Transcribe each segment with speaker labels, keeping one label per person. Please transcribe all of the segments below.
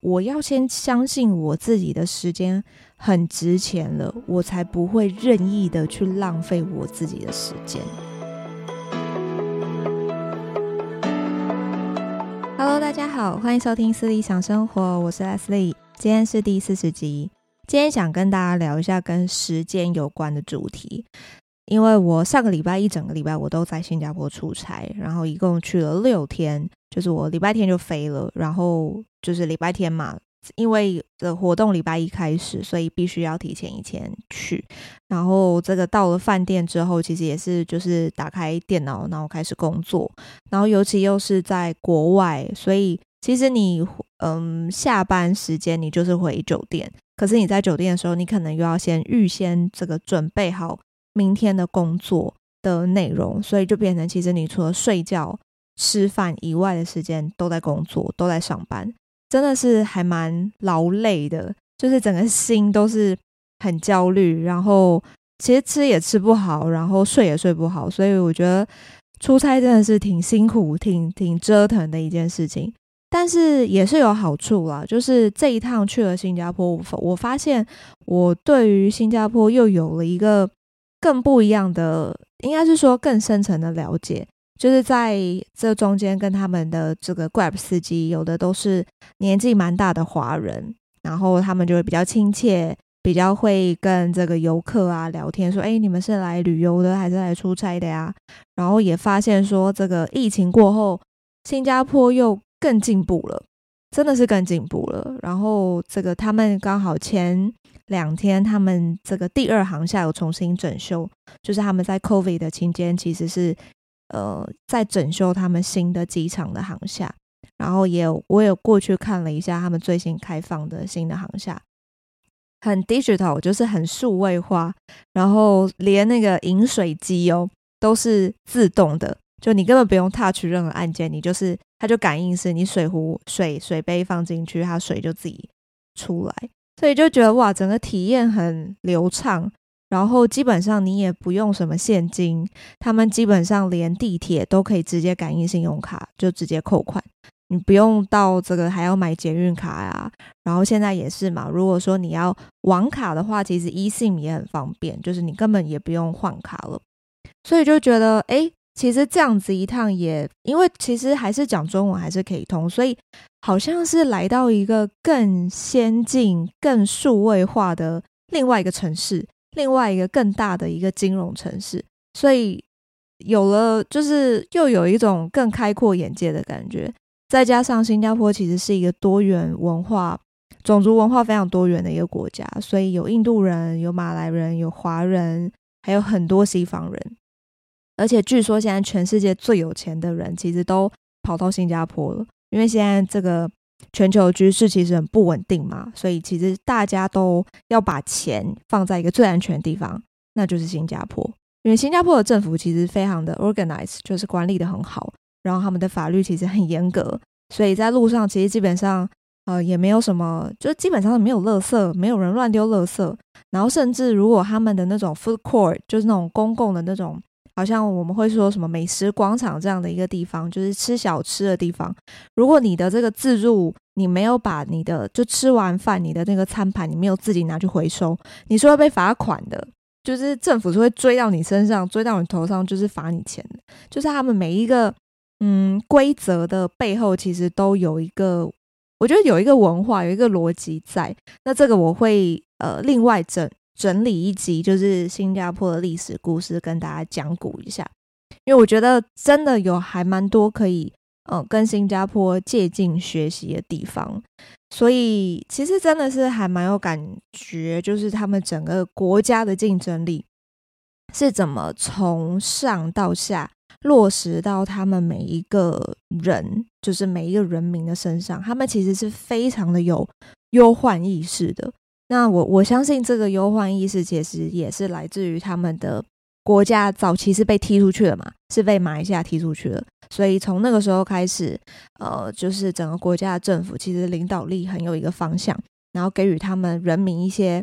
Speaker 1: 我要先相信我自己的时间很值钱了，我才不会任意的去浪费我自己的时间。Hello， 大家好，欢迎收听私理想生活，我是 Leslie， 今天是第40集。今天想跟大家聊一下跟时间有关的主题，因为我上个礼拜一整个礼拜我都在新加坡出差，然后一共去了6天，就是我礼拜天就飞了，然后就是礼拜天嘛，因为的活动礼拜一开始，所以必须要提前1天去。然后这个到了饭店之后，其实也是就是打开电脑，然后开始工作。然后尤其又是在国外，所以其实你下班时间你就是回酒店，可是你在酒店的时候，你可能又要预先这个准备好明天的工作的内容，所以就变成其实你除了睡觉、吃饭以外的时间都在工作，都在上班。真的是还蛮劳累的，就是整个心都是很焦虑，然后其实吃也吃不好，然后睡也睡不好，所以我觉得出差真的是挺辛苦、挺折腾的一件事情。但是也是有好处啦，就是这一趟去了新加坡，我发现我对于新加坡又有了一个更不一样的，应该是说更深层的了解。就是在这中间跟他们的这个 Grab 司机，有的都是年纪蛮大的华人，然后他们就会比较亲切，比较会跟这个游客啊聊天，说你们是来旅游的还是来出差的呀？然后也发现说这个疫情过后，新加坡又更进步了，真的是更进步了。然后这个他们刚好前2天他们这个第2航厦有重新整修，就是他们在 COVID 的期间其实是在整修他们新的机场的航厦，然后我有过去看了一下他们最新开放的新的航厦，很 digital， 就是很数位化，然后连那个饮水机都是自动的，就你根本不用 touch 任何按键，它就感应是你水杯放进去，它水就自己出来，所以就觉得哇，整个体验很流畅。然后基本上你也不用什么现金，他们基本上连地铁都可以直接感应信用卡，就直接扣款，你不用到这个还要买捷运卡呀。然后现在也是嘛，如果说你要网卡的话，其实 eSIM 也很方便，就是你根本也不用换卡了。所以就觉得其实这样子一趟也，因为其实还是讲中文还是可以通，所以好像是来到一个更先进、更数位化的另外一个城市，另外一个更大的一个金融城市，所以有了就是又有一种更开阔眼界的感觉。再加上新加坡其实是一个多元文化、种族文化非常多元的一个国家，所以有印度人、有马来人、有华人，还有很多西方人。而且据说现在全世界最有钱的人其实都跑到新加坡了，因为现在这个全球局势其实很不稳定嘛，所以其实大家都要把钱放在一个最安全的地方，那就是新加坡。因为新加坡的政府其实非常的 organized， 就是管理的很好，然后他们的法律其实很严格，所以在路上其实基本上也没有什么，就基本上没有垃圾，没有人乱丢垃圾。然后甚至如果他们的那种 food court， 就是那种公共的那种，好像我们会说什么美食广场这样的一个地方，就是吃小吃的地方，如果你的这个自助你没有把你的就吃完饭你的那个餐盘你没有自己拿去回收，你是会被罚款的，就是政府是会追到你身上，追到你头上，就是罚你钱的。就是他们每一个规则的背后其实都有一个，我觉得有一个文化，有一个逻辑在。那这个我会另外整理一集，就是新加坡的历史故事跟大家讲古一下，因为我觉得真的有还蛮多可以跟新加坡借鉴学习的地方。所以其实真的是还蛮有感觉，就是他们整个国家的竞争力是怎么从上到下落实到他们每一个人，就是每一个人民的身上，他们其实是非常的有忧患意识的。那我相信这个忧患意识其实也是来自于他们的国家早期是被踢出去了嘛，是被马来西亚踢出去了，所以从那个时候开始就是整个国家的政府其实领导力很有一个方向，然后给予他们人民一些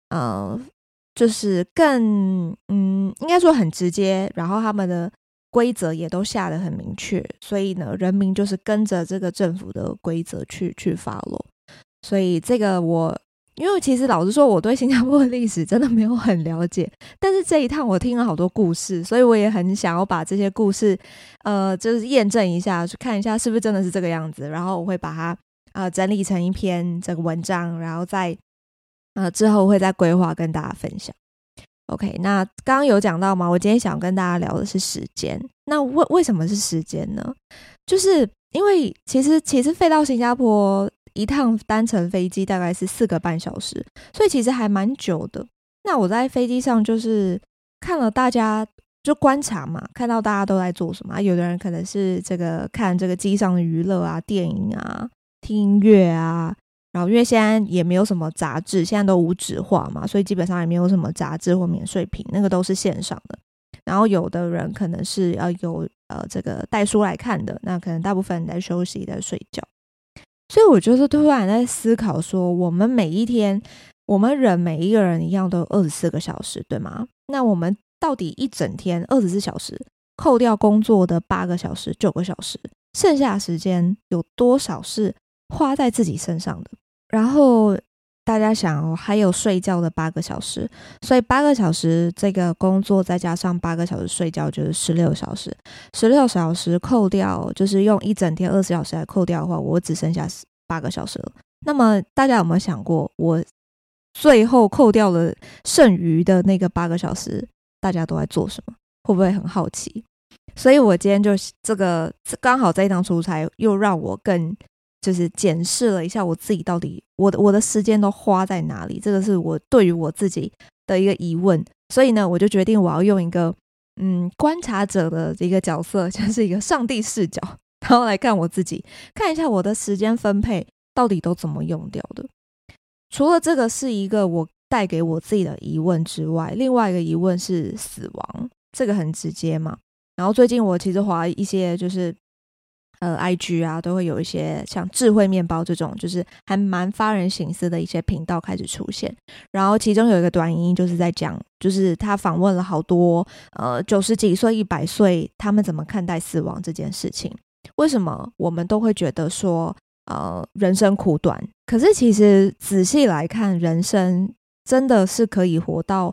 Speaker 1: 就是更应该说很直接，然后他们的规则也都下得很明确，所以呢人民就是跟着这个政府的规则去follow。 所以这个因为其实老实说我对新加坡的历史真的没有很了解，但是这一趟我听了好多故事，所以我也很想要把这些故事就是验证一下，去看一下是不是真的是这个样子，然后我会把它整理成一篇这个文章，然后之后会再规划跟大家分享。OK， 那刚刚有讲到嘛，我今天想跟大家聊的是时间。那为什么是时间呢？就是因为其实飞到新加坡一趟单程飞机大概是4个半小时，所以其实还蛮久的。那我在飞机上就是看了大家就观察嘛，看到大家都在做什么，有的人可能是看这个机上的娱乐啊、电影啊、听音乐啊，然后因为现在也没有什么杂志，现在都无纸化嘛，所以基本上也没有什么杂志或免税品，那个都是线上的。然后有的人可能是要有这个带书来看的，那可能大部分人在休息在睡觉。所以我就是突然在思考说，我们每一天，我们每一个人一样都有24个小时，对吗？那我们到底一整天24小时，扣掉工作的8个小时、9个小时，剩下的时间有多少是花在自己身上的？然后大家想还有睡觉的8个小时，所以8个小时这个工作再加上8个小时睡觉就是16小时，16小时扣掉，就是用一整天20小时来扣掉的话，我只剩下8个小时了。那么大家有没有想过，我最后扣掉了剩余的那个8个小时，大家都在做什么？会不会很好奇？所以我今天就刚好这一趟出差又让我更就是检视了一下我自己到底我的时间都花在哪里，这个是我对于我自己的一个疑问。所以呢，我就决定我要用一个观察者的一个角色，就是一个上帝视角，然后来看我自己，看一下我的时间分配到底都怎么用掉的。除了这个是一个我带给我自己的疑问之外，另外一个疑问是死亡，这个很直接嘛。然后最近我其实滑一些就是IG 啊，都会有一些像智慧面包这种就是还蛮发人省思的一些频道开始出现。然后其中有一个短影音就是在讲，就是他访问了好多90几岁100岁他们怎么看待死亡这件事情。为什么我们都会觉得说人生苦短，可是其实仔细来看，人生真的是可以活到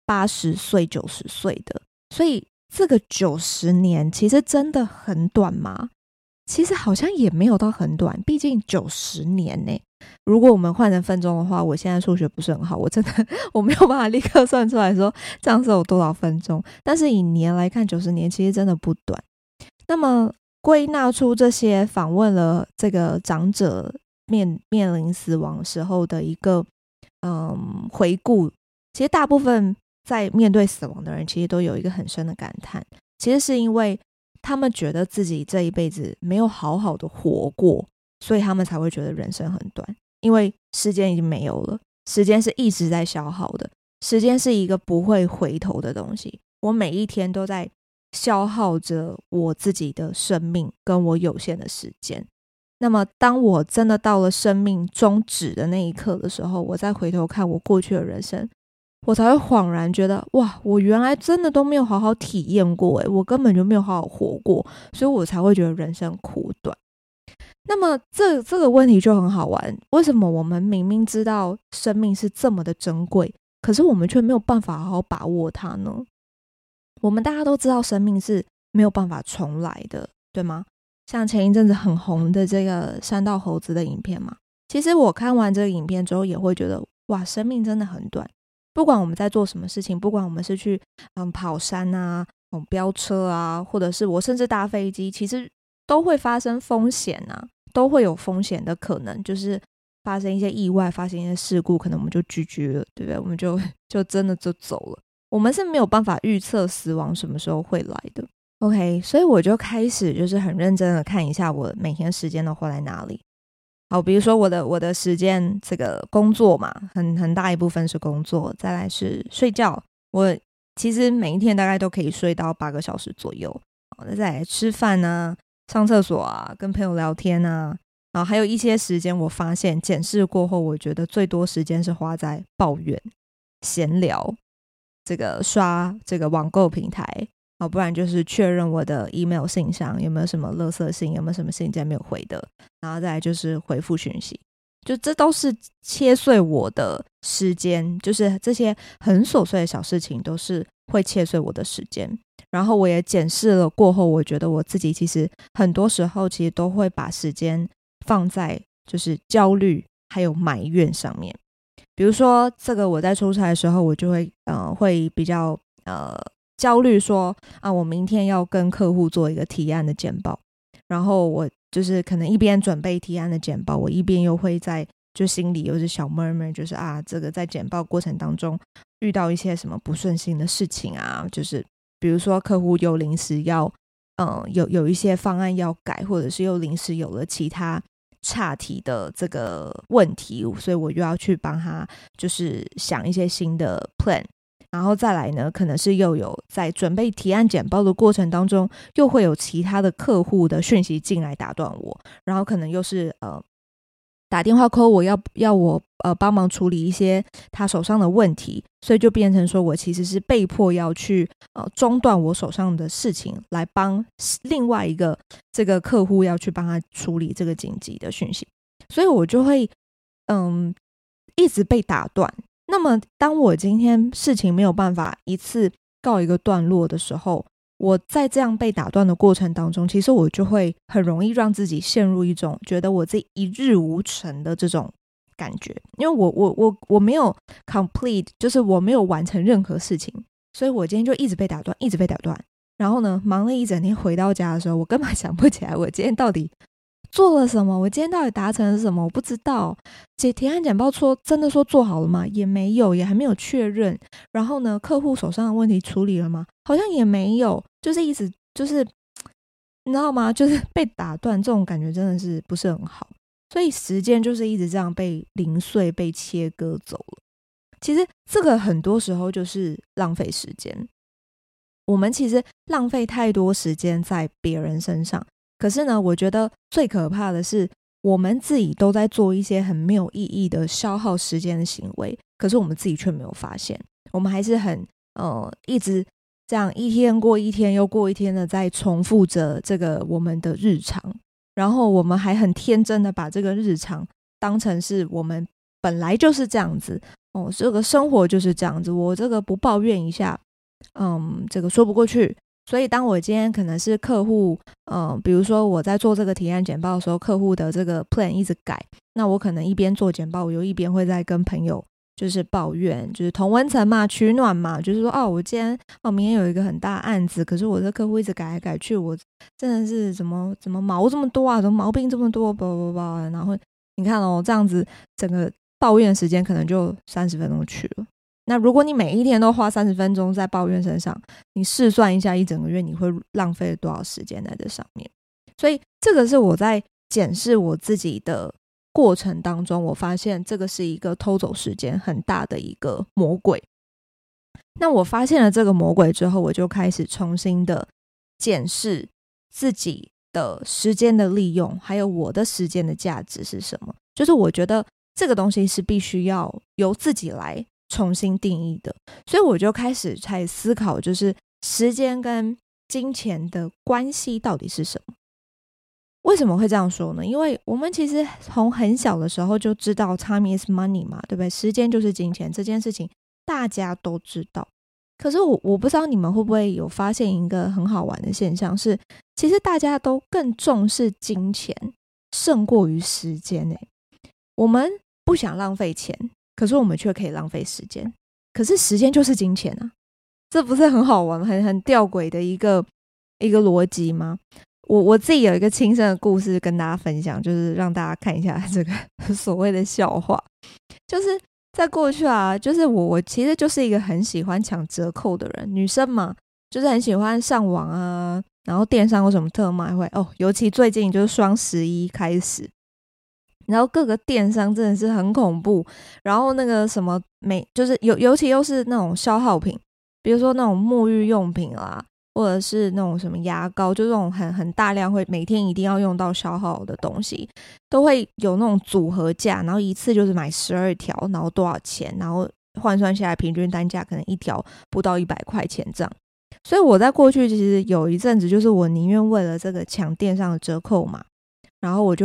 Speaker 1: 80岁90岁的。所以这个90年其实真的很短吗？其实好像也没有到很短，毕竟90年呢。如果我们换成分钟的话，我现在数学不是很好，我真的我没有办法立刻算出来说这样是有多少分钟。但是以年来看，90年其实真的不短。那么归纳出这些访问了这个长者面临死亡时候的一个回顾，其实大部分在面对死亡的人其实都有一个很深的感叹，其实是因为他们觉得自己这一辈子没有好好的活过，所以他们才会觉得人生很短。因为时间已经没有了，时间是一直在消耗的，时间是一个不会回头的东西，我每一天都在消耗着我自己的生命跟我有限的时间。那么当我真的到了生命终止的那一刻的时候，我再回头看我过去的人生，我才会恍然觉得，哇，我原来真的都没有好好体验过，我根本就没有好好活过，所以我才会觉得人生苦短。那么这个问题就很好玩，为什么我们明明知道生命是这么的珍贵，可是我们却没有办法好好把握它呢？我们大家都知道生命是没有办法重来的，对吗？像前一阵子很红的这个山道猴子的影片嘛，其实我看完这个影片之后也会觉得，哇，生命真的很短。不管我们在做什么事情，不管我们是去跑山啊、飙车啊，或者是我甚至搭飞机，其实都会发生风险啊，都会有风险的可能，就是发生一些意外，发生一些事故，可能我们就GG了，对不对？我们就真的就走了。我们是没有办法预测死亡什么时候会来的。OK， 所以我就开始就是很认真的看一下我每天时间都花在哪里。好，比如说我的时间，这个工作嘛，很大一部分是工作，再来是睡觉。我其实每一天大概都可以睡到8个小时左右。再来吃饭啊，上厕所啊，跟朋友聊天啊，然后还有一些时间，我发现检视过后，我觉得最多时间是花在抱怨、闲聊，这个刷这个网购平台。不然就是确认我的 email 信箱有没有什么垃圾信，有没有什么信件没有回的，然后再来就是回复讯息。 就这都是切碎我的时间，就是这些很琐碎的小事情都是会切碎我的时间。然后我也检视了过后，我觉得我自己其实很多时候其实都会把时间放在就是焦虑还有埋怨上面。比如说这个我在出差的时候，我就会比较焦虑说我明天要跟客户做一个提案的简报，然后我就是可能一边准备提案的简报，我一边又会在就心里有着小 murmur， 就是这个在简报过程当中遇到一些什么不顺心的事情啊，就是比如说客户又临时要有一些方案要改，或者是又临时有了其他岔题的这个问题，所以我又要去帮他就是想一些新的 plan。然后再来呢，可能是又有在准备提案简报的过程当中，又会有其他的客户的讯息进来打断我，然后可能又是打电话 call 我要我帮忙处理一些他手上的问题，所以就变成说我其实是被迫要去中断我手上的事情，来帮另外一个这个客户要去帮他处理这个紧急的讯息，所以我就会一直被打断。那么当我今天事情没有办法一次告一个段落的时候，我在这样被打断的过程当中，其实我就会很容易让自己陷入一种觉得我自己一日无成的这种感觉，因为我没有 complete， 就是我没有完成任何事情，所以我今天就一直被打断，一直被打断。然后呢，忙了一整天回到家的时候，我根本想不起来我今天到底做了什么，我今天到底达成了什么，我不知道。提案简报真的说做好了吗？也没有，也还没有确认。然后呢，客户手上的问题处理了吗？好像也没有，就是一直就是你知道吗？就是被打断，这种感觉真的是不是很好。所以时间就是一直这样被零碎被切割走了。其实这个很多时候就是浪费时间，我们其实浪费太多时间在别人身上，可是呢，我觉得最可怕的是我们自己都在做一些很没有意义的消耗时间的行为，可是我们自己却没有发现，我们还是很一直这样一天过一天又过一天的在重复着这个我们的日常，然后我们还很天真的把这个日常当成是我们本来就是这样子这个生活就是这样子，我这个不抱怨一下这个说不过去。所以当我今天可能是客户比如说我在做这个提案简报的时候，客户的这个 plan 一直改，那我可能一边做简报，我又一边会在跟朋友就是抱怨，就是同温层嘛，取暖嘛，就是说我今天明天有一个很大案子，可是我这客户一直改来改去，我真的是怎么毛这么多啊，怎么毛病这么多然后你看这样子整个抱怨时间可能就30分钟去了。那如果你每一天都花30分钟在抱怨身上，你试算一下一整个月你会浪费多少时间在这上面。所以这个是我在检视我自己的过程当中，我发现这个是一个偷走时间很大的一个魔鬼。那我发现了这个魔鬼之后，我就开始重新的检视自己的时间的利用，还有我的时间的价值是什么。就是我觉得这个东西是必须要由自己来重新定义的，所以我就开始思考，就是时间跟金钱的关系到底是什么。为什么会这样说呢？因为我们其实从很小的时候就知道 time is money 嘛，对不对？时间就是金钱，这件事情大家都知道。可是我不知道你们会不会有发现一个很好玩的现象，是其实大家都更重视金钱胜过于时间我们不想浪费钱，可是我们却可以浪费时间，可是时间就是金钱啊，这不是很好玩很吊诡的一个逻辑吗？我自己有一个亲身的故事跟大家分享，就是让大家看一下这个所谓的笑话。就是在过去就是我其实就是一个很喜欢抢折扣的人，女生嘛，就是很喜欢上网然后电商有什么特卖会尤其最近就是双11开始，然后各个电商真的是很恐怖，然后那个什么就是尤其又是那种消耗品，比如说那种沐浴用品啦，或者是那种什么牙膏，就这种很大量会每天一定要用到消耗的东西，都会有那种组合价，然后一次就是买12条，然后多少钱，然后换算下来平均单价可能一条不到100块钱这样。所以我在过去其实有一阵子，就是我宁愿为了这个抢电商的折扣嘛，然后我就会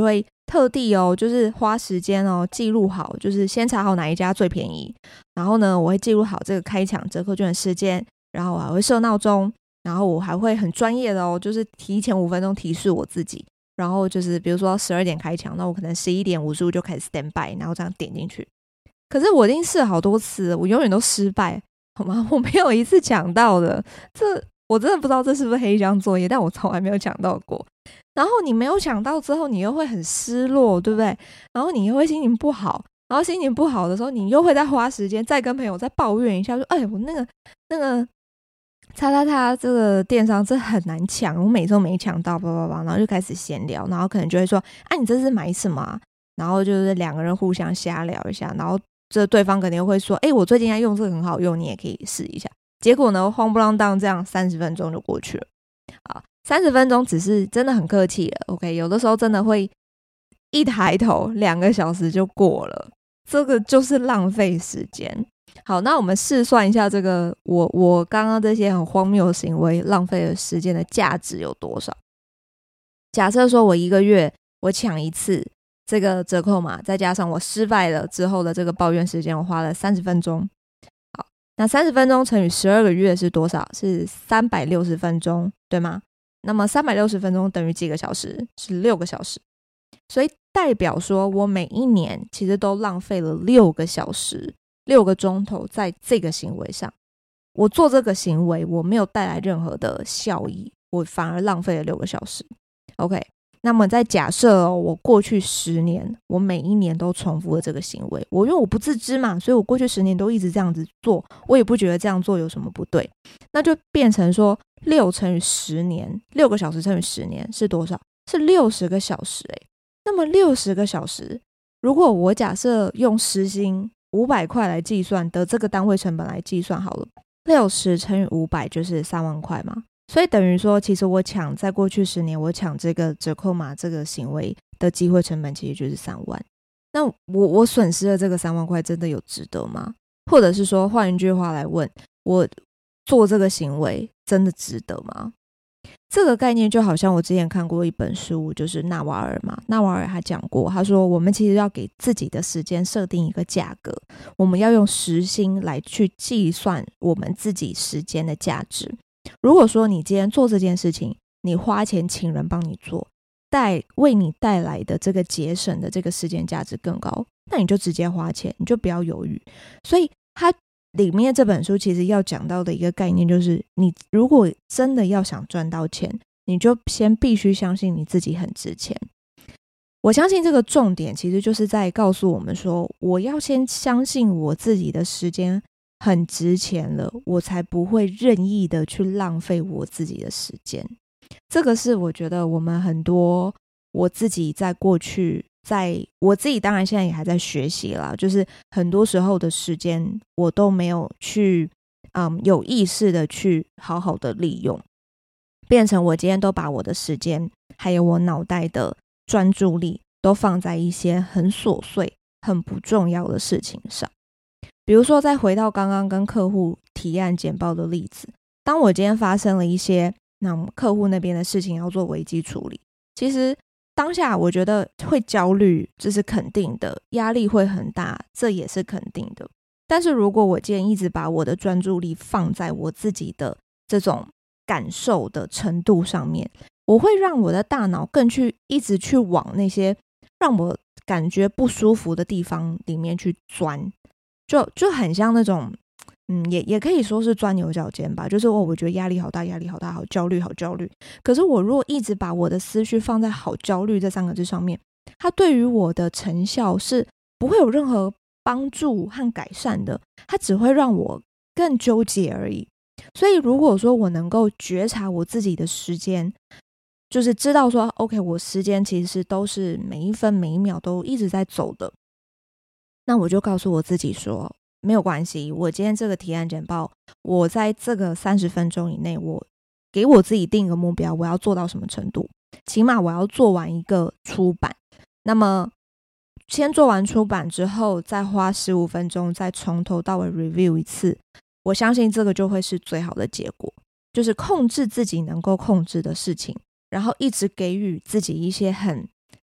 Speaker 1: 特地就是花时间记录好，就是先查好哪一家最便宜，然后呢我会记录好这个开抢折扣券的时间，然后我还会设闹钟，然后我还会很专业的就是提前5分钟提示我自己，然后就是比如说12点开抢，那我可能11点55就开始 stand by， 然后这样点进去。可是我已经试了好多次了，我永远都失败，好吗？我没有一次抢到的，这我真的不知道这是不是黑箱作业，但我从来没有抢到过。然后你没有抢到之后，你又会很失落，对不对？然后你又会心情不好，然后心情不好的时候，你又会再花时间再跟朋友再抱怨一下，说我那个叉叉叉这个电商这很难抢，我每次都没抢到，然后就开始闲聊，然后可能就会说你这是买什么啊？然后就是2个人互相瞎聊一下，然后这对方肯定会说我最近在用这个很好用，你也可以试一下。结果呢慌不啷当这样30分钟就过去了。好，30分钟只是真的很客气了 OK， 有的时候真的会一抬头2个小时就过了，这个就是浪费时间。好，那我们试算一下这个我刚刚这些很荒谬的行为浪费的时间的价值有多少。假设说我1个月我抢一次这个折扣码，再加上我失败了之后的这个抱怨时间，我花了30分钟。好，那30分钟乘以12个月是多少？是360分钟，对吗？那么360分钟等于几个小时？是6个小时。所以代表说我每一年其实都浪费了6个小时6个钟头在这个行为上。我做这个行为我没有带来任何的效益，我反而浪费了6个小时。 OK， 那么在假设我过去10年我每一年都重复了这个行为，因为我不自知嘛，所以我过去10年都一直这样子做，我也不觉得这样做有什么不对，那就变成说6乘以10年，6个小时乘以10年是多少？是60个小时那么60个小时，如果我假设用时薪500块来计算的这个单位成本来计算好了，60乘以500就是3万块嘛。所以等于说其实我在过去10年我抢这个折扣码这个行为的机会成本其实就是3万。那我损失了这个3万块真的有值得吗？或者是说换一句话来问，我做这个行为真的值得吗？这个概念就好像我之前看过一本书，就是纳瓦尔嘛，纳瓦尔他讲过，他说我们其实要给自己的时间设定一个价格，我们要用时薪来去计算我们自己时间的价值。如果说你今天做这件事情，你花钱请人帮你做，为你带来的这个节省的这个时间价值更高，那你就直接花钱，你就不要犹豫。所以他里面这本书其实要讲到的一个概念就是，你如果真的要想赚到钱，你就先必须相信你自己很值钱。我相信这个重点其实就是在告诉我们说，我要先相信我自己的时间很值钱了，我才不会任意的去浪费我自己的时间。这个是我觉得我们很多，我自己在过去，我自己当然现在也还在学习啦，就是很多时候的时间我都没有去有意识的去好好的利用，变成我今天都把我的时间还有我脑袋的专注力都放在一些很琐碎很不重要的事情上。比如说再回到刚刚跟客户提案简报的例子，当我今天发生了一些客户那边的事情要做危机处理，其实当下我觉得会焦虑，这是肯定的，压力会很大，这也是肯定的。但是如果我今天一直把我的专注力放在我自己的这种感受的程度上面，我会让我的大脑一直去往那些让我感觉不舒服的地方里面去钻，就很像那种也可以说是钻牛角尖吧，就是我觉得压力好大，压力好大，好焦虑，好焦虑。可是我如果一直把我的思绪放在好焦虑这3个字上面，它对于我的成效是不会有任何帮助和改善的，它只会让我更纠结而已。所以如果说我能够觉察我自己的时间，就是知道说 OK， 我时间其实都是每一分每一秒都一直在走的，那我就告诉我自己说没有关系，我今天这个提案简报，我在这个30分钟以内，我给我自己定一个目标，我要做到什么程度，起码我要做完一个出版。那么先做完出版之后，再花15分钟再从头到尾 review 一次，我相信这个就会是最好的结果，就是控制自己能够控制的事情，然后一直给予自己一些很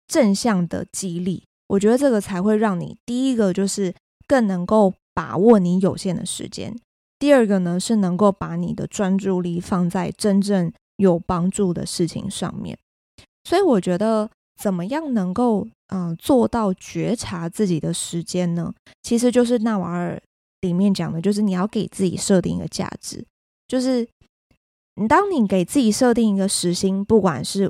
Speaker 1: 正向的激励，我觉得这个才会让你第一个就是更能够把握你有限的时间，第二个呢是能够把你的专注力放在真正有帮助的事情上面。所以我觉得怎么样能够做到觉察自己的时间呢？其实就是纳瓦尔里面讲的，就是你要给自己设定一个价值，就是当你给自己设定一个时薪，不管是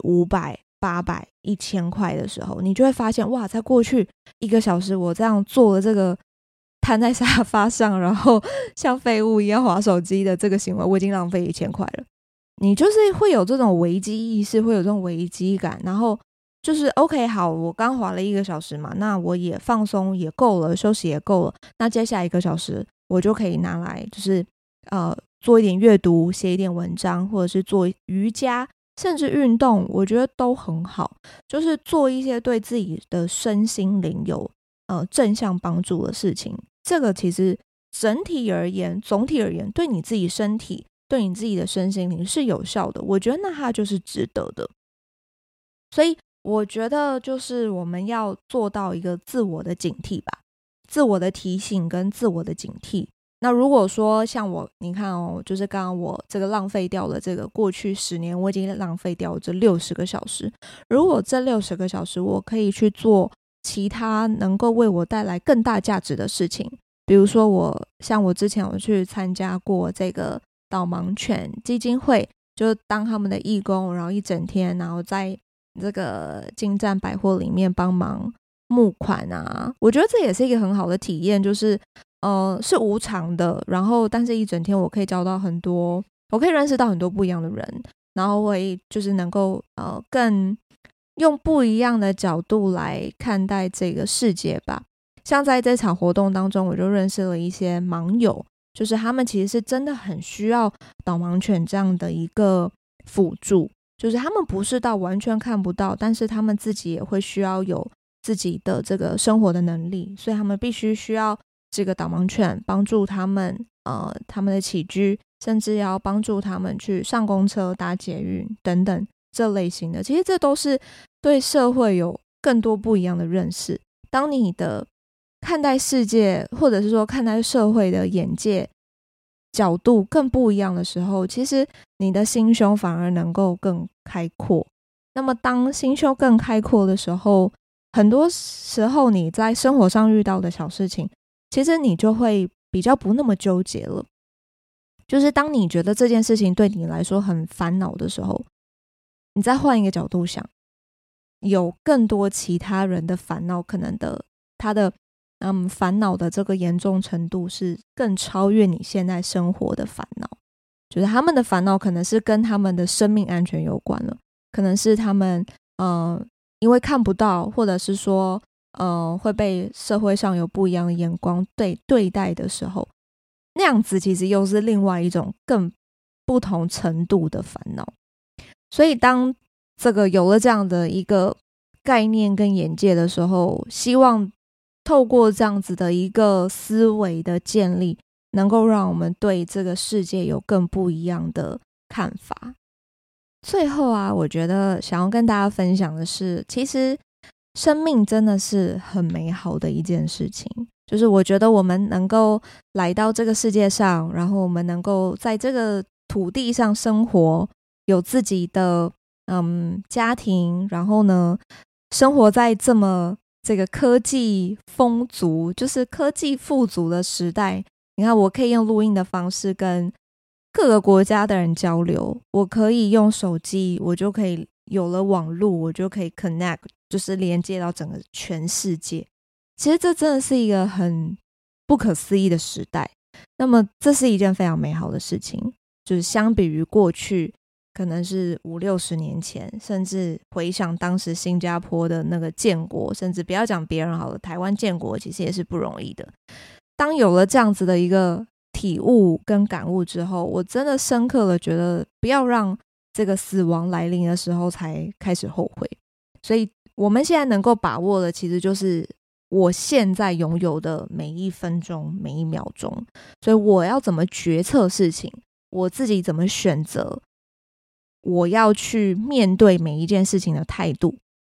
Speaker 1: 500、800、1000块的时候，你就会发现哇，在过去1个小时我这样做了这个瘫在沙发上，然后像废物一样滑手机的这个行为，我已经浪费1000块了。你就是会有这种危机意识，会有这种危机感，然后就是 OK 好，我刚滑了1个小时嘛，那我也放松也够了，休息也够了，那接下来1个小时我就可以拿来就是做一点阅读，写一点文章，或者是做瑜伽，甚至运动，我觉得都很好，就是做一些对自己的身心灵有正向帮助的事情。这个其实总体而言对你自己身体对你自己的身心灵是有效的，我觉得那它就是值得的。所以我觉得就是我们要做到一个自我的警惕吧，自我的提醒跟自我的警惕。那如果说像我，你看哦，就是刚刚我这个浪费掉了这个过去10年我已经浪费掉这60个小时，如果这60个小时我可以去做其他能够为我带来更大价值的事情，比如说我之前有去参加过这个导盲犬基金会，就当他们的义工，然后一整天，然后在这个进站百货里面帮忙募款啊，我觉得这也是一个很好的体验，就是是无偿的，然后但是一整天我可以交到很多，我可以认识到很多不一样的人，然后会就是能够更用不一样的角度来看待这个世界吧。像在这场活动当中，我就认识了一些盲友，就是他们其实是真的很需要导盲犬这样的一个辅助，就是他们不是到完全看不到，但是他们自己也会需要有自己的这个生活的能力，所以他们必须需要这个导盲犬帮助他们他们的起居，甚至要帮助他们去上公车搭捷运等等这类型的。其实这都是对社会有更多不一样的认识。当你的看待世界或者是说看待社会的眼界角度更不一样的时候，其实你的心胸反而能够更开阔。那么当心胸更开阔的时候，很多时候你在生活上遇到的小事情，其实你就会比较不那么纠结了。就是当你觉得这件事情对你来说很烦恼的时候，你再换一个角度想，有更多其他人的烦恼，可能他的烦恼的这个严重程度是更超越你现在生活的烦恼，就是他们的烦恼可能是跟他们的生命安全有关了，可能是他们因为看不到，或者是说会被社会上有不一样的眼光对待的时候，那样子其实又是另外一种更不同程度的烦恼。所以当这个有了这样的一个概念跟眼界的时候，希望透过这样子的一个思维的建立，能够让我们对这个世界有更不一样的看法。最后啊，我觉得想要跟大家分享的是，其实生命真的是很美好的一件事情，就是我觉得我们能够来到这个世界上，然后我们能够在这个土地上生活，有自己的家庭，然后呢生活在这么这个科技丰足，就是科技富足的时代。你看我可以用录音的方式跟各个国家的人交流，我可以用手机，我就可以有了网路，我就可以 connect， 就是连接到整个全世界。其实这真的是一个很不可思议的时代，那么这是一件非常美好的事情，就是相比于过去可能是50-60年前，甚至回想当时新加坡的那个建国，甚至不要讲别人好了，台湾建国其实也是不容易的。当有了这样子的一个体悟跟感悟之后，我真的深刻的觉得不要让这个死亡来临的时候才开始后悔。所以我们现在能够把握的其实就是我现在拥有的每一分钟每一秒钟，所以我要怎么决策事情，我自己怎么选择，我要去面对每一件事情的态度，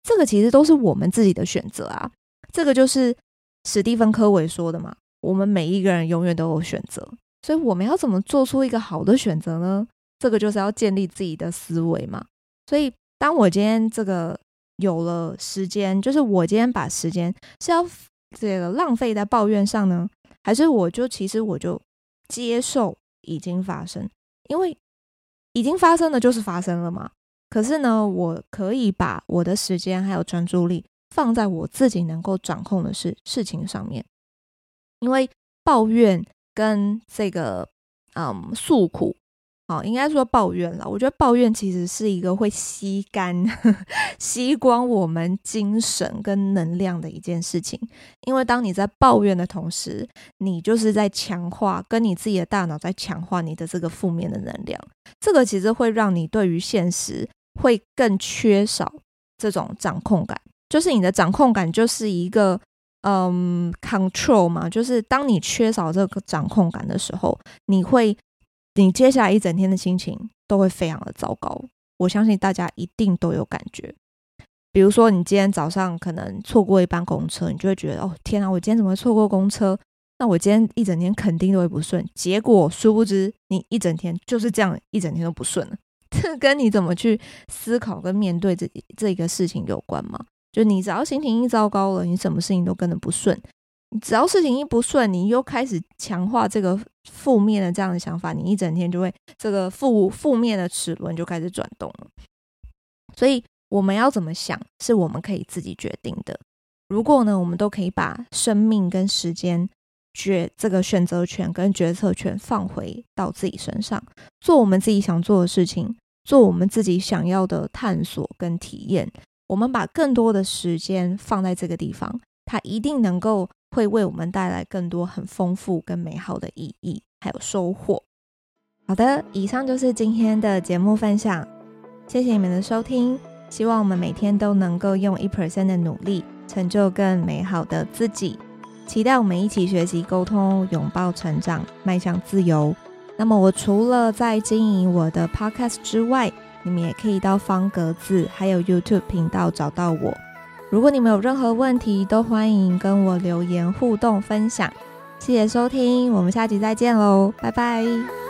Speaker 1: 这个其实都是我们自己的选择啊。这个就是史蒂芬科维说的嘛，我们每一个人永远都有选择，所以我们要怎么做出一个好的选择呢？这个就是要建立自己的思维嘛。所以当我今天这个有了时间，就是我今天把时间是要这个浪费在抱怨上呢，还是其实我就接受已经发生，因为已经发生的就是发生了嘛。可是呢，我可以把我的时间还有专注力放在我自己能够掌控的事情上面。因为抱怨跟这个诉苦，应该说抱怨啦，我觉得抱怨其实是一个会吸光我们精神跟能量的一件事情。因为当你在抱怨的同时，你就是在强化，跟你自己的大脑在强化你的这个负面的能量，这个其实会让你对于现实会更缺少这种掌控感。就是你的掌控感就是一个control 嘛，就是当你缺少这个掌控感的时候，你接下来一整天的心情都会非常的糟糕。我相信大家一定都有感觉。比如说你今天早上可能错过一班公车，你就会觉得天啊，我今天怎么会错过公车？那我今天一整天肯定都会不顺。结果殊不知你一整天就是这样，一整天都不顺了。这跟你怎么去思考跟面对这个事情有关吗？就你只要心情一糟糕了，你什么事情都跟着不顺。你只要事情一不顺，你又开始强化这个负面的这样的想法，你一整天就会这个负面的齿轮就开始转动了。所以我们要怎么想是我们可以自己决定的。如果呢，我们都可以把生命跟时间这个选择权跟决策权放回到自己身上，做我们自己想做的事情，做我们自己想要的探索跟体验，我们把更多的时间放在这个地方，它一定能够会为我们带来更多很丰富跟美好的意义还有收获。好的，以上就是今天的节目分享，谢谢你们的收听。希望我们每天都能够用 1% 的努力成就更美好的自己，期待我们一起学习沟通，拥抱成长，迈向自由。那么我除了在经营我的 podcast 之外，你们也可以到方格子还有 YouTube 频道找到我。如果你们有任何问题，都欢迎跟我留言互动分享。谢谢收听，我们下集再见咯，拜拜。